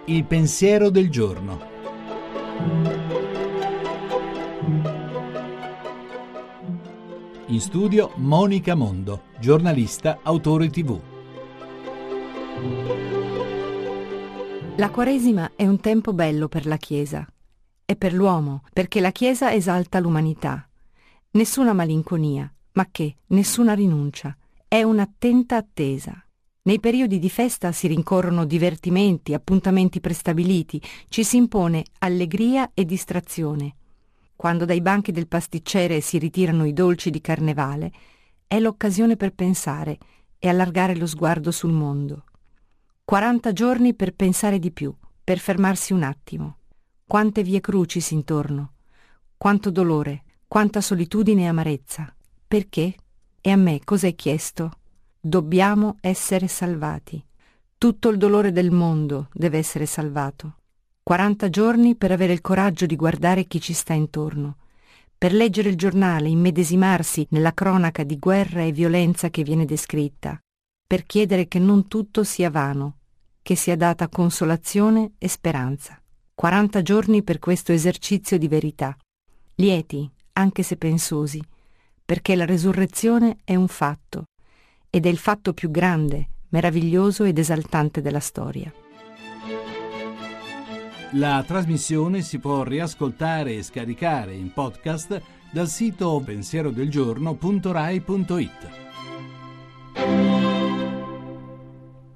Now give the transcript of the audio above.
Il pensiero del giorno. In studio Monica Mondo, giornalista, autore TV. La Quaresima è un tempo bello per la Chiesa e per l'uomo, perché la Chiesa esalta l'umanità. Nessuna malinconia, ma che nessuna rinuncia. È un'attenta attesa. Nei periodi di festa si rincorrono divertimenti, appuntamenti prestabiliti, ci si impone allegria e distrazione. Quando dai banchi del pasticcere si ritirano i dolci di carnevale, è l'occasione per pensare e allargare lo sguardo sul mondo. 40 giorni per pensare di più, per fermarsi un attimo. Quante vie crucis intorno, quanto dolore, quanta solitudine e amarezza. Perché? E a me cos'è chiesto? Dobbiamo essere salvati. Tutto il dolore del mondo deve essere salvato. 40 giorni per avere il coraggio di guardare chi ci sta intorno, per leggere il giornale, immedesimarsi nella cronaca di guerra e violenza che viene descritta, per chiedere che non tutto sia vano, che sia data consolazione e speranza. 40 giorni per questo esercizio di verità, lieti, anche se pensosi, perché la resurrezione è un fatto, ed è il fatto più grande, meraviglioso ed esaltante della storia. La trasmissione si può riascoltare e scaricare in podcast dal sito pensierodelgiorno.rai.it.